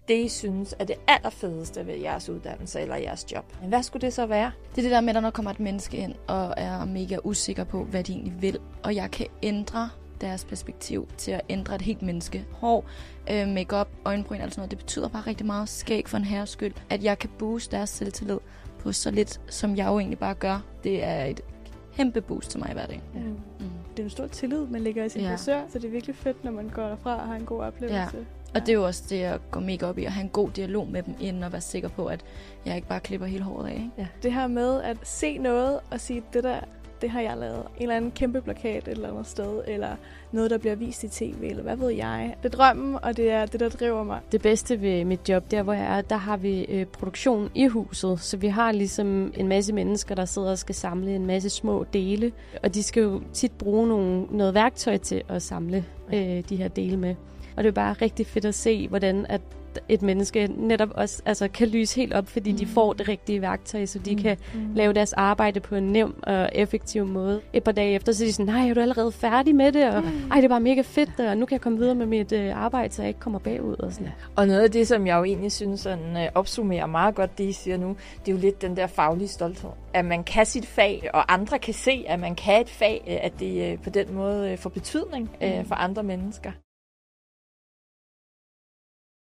det, I synes er det allerfedeste ved jeres uddannelse eller jeres job. Men hvad skulle det så være? Det er det der med, at der kommer et menneske ind og er mega usikker på, hvad de egentlig vil. Og jeg kan ændre deres perspektiv til at ændre et helt menneske. Hår, makeup, øjenbryn, altså noget. Det betyder bare rigtig meget skæg for en herres skyld, at jeg kan booste deres selvtillid på så lidt, som jeg jo egentlig bare gør. Det er et kæmpe boost til mig hver dag. Ja. Det er en stor tillid, man lægger i sin frisør, så det er virkelig fedt, når man går derfra og har en god oplevelse. Ja. Og det er jo også det, jeg går mega op i, at have en god dialog med dem inden og være sikker på, at jeg ikke bare klipper hele håret af. Ikke? Ja. Det her med at se noget og sige, det har jeg lavet. En eller anden kæmpe plakat et eller andet sted, eller noget, der bliver vist i tv, eller hvad ved jeg. Det er drømmen, og det er det, der driver mig. Det bedste ved mit job, der hvor jeg er, der har vi produktion i huset. Så vi har ligesom en masse mennesker, der sidder og skal samle en masse små dele. Og de skal jo tit bruge noget værktøj til at samle de her dele med. Og det er bare rigtig fedt at se, hvordan at et menneske netop også kan lyse helt op, fordi de får det rigtige værktøj, så de kan lave deres arbejde på en nem og effektiv måde. Et par dage efter, så er de sådan, nej, er du allerede færdig med det? Og det er bare mega fedt, og nu kan jeg komme videre med mit arbejde, så jeg ikke kommer bagud. Og sådan. Og noget af det, som jeg jo egentlig synes sådan, opsummerer meget godt, det I siger nu, det er jo lidt den der faglige stolthed. At man kan sit fag, og andre kan se, at man kan et fag, at det på den måde får betydning for andre mennesker.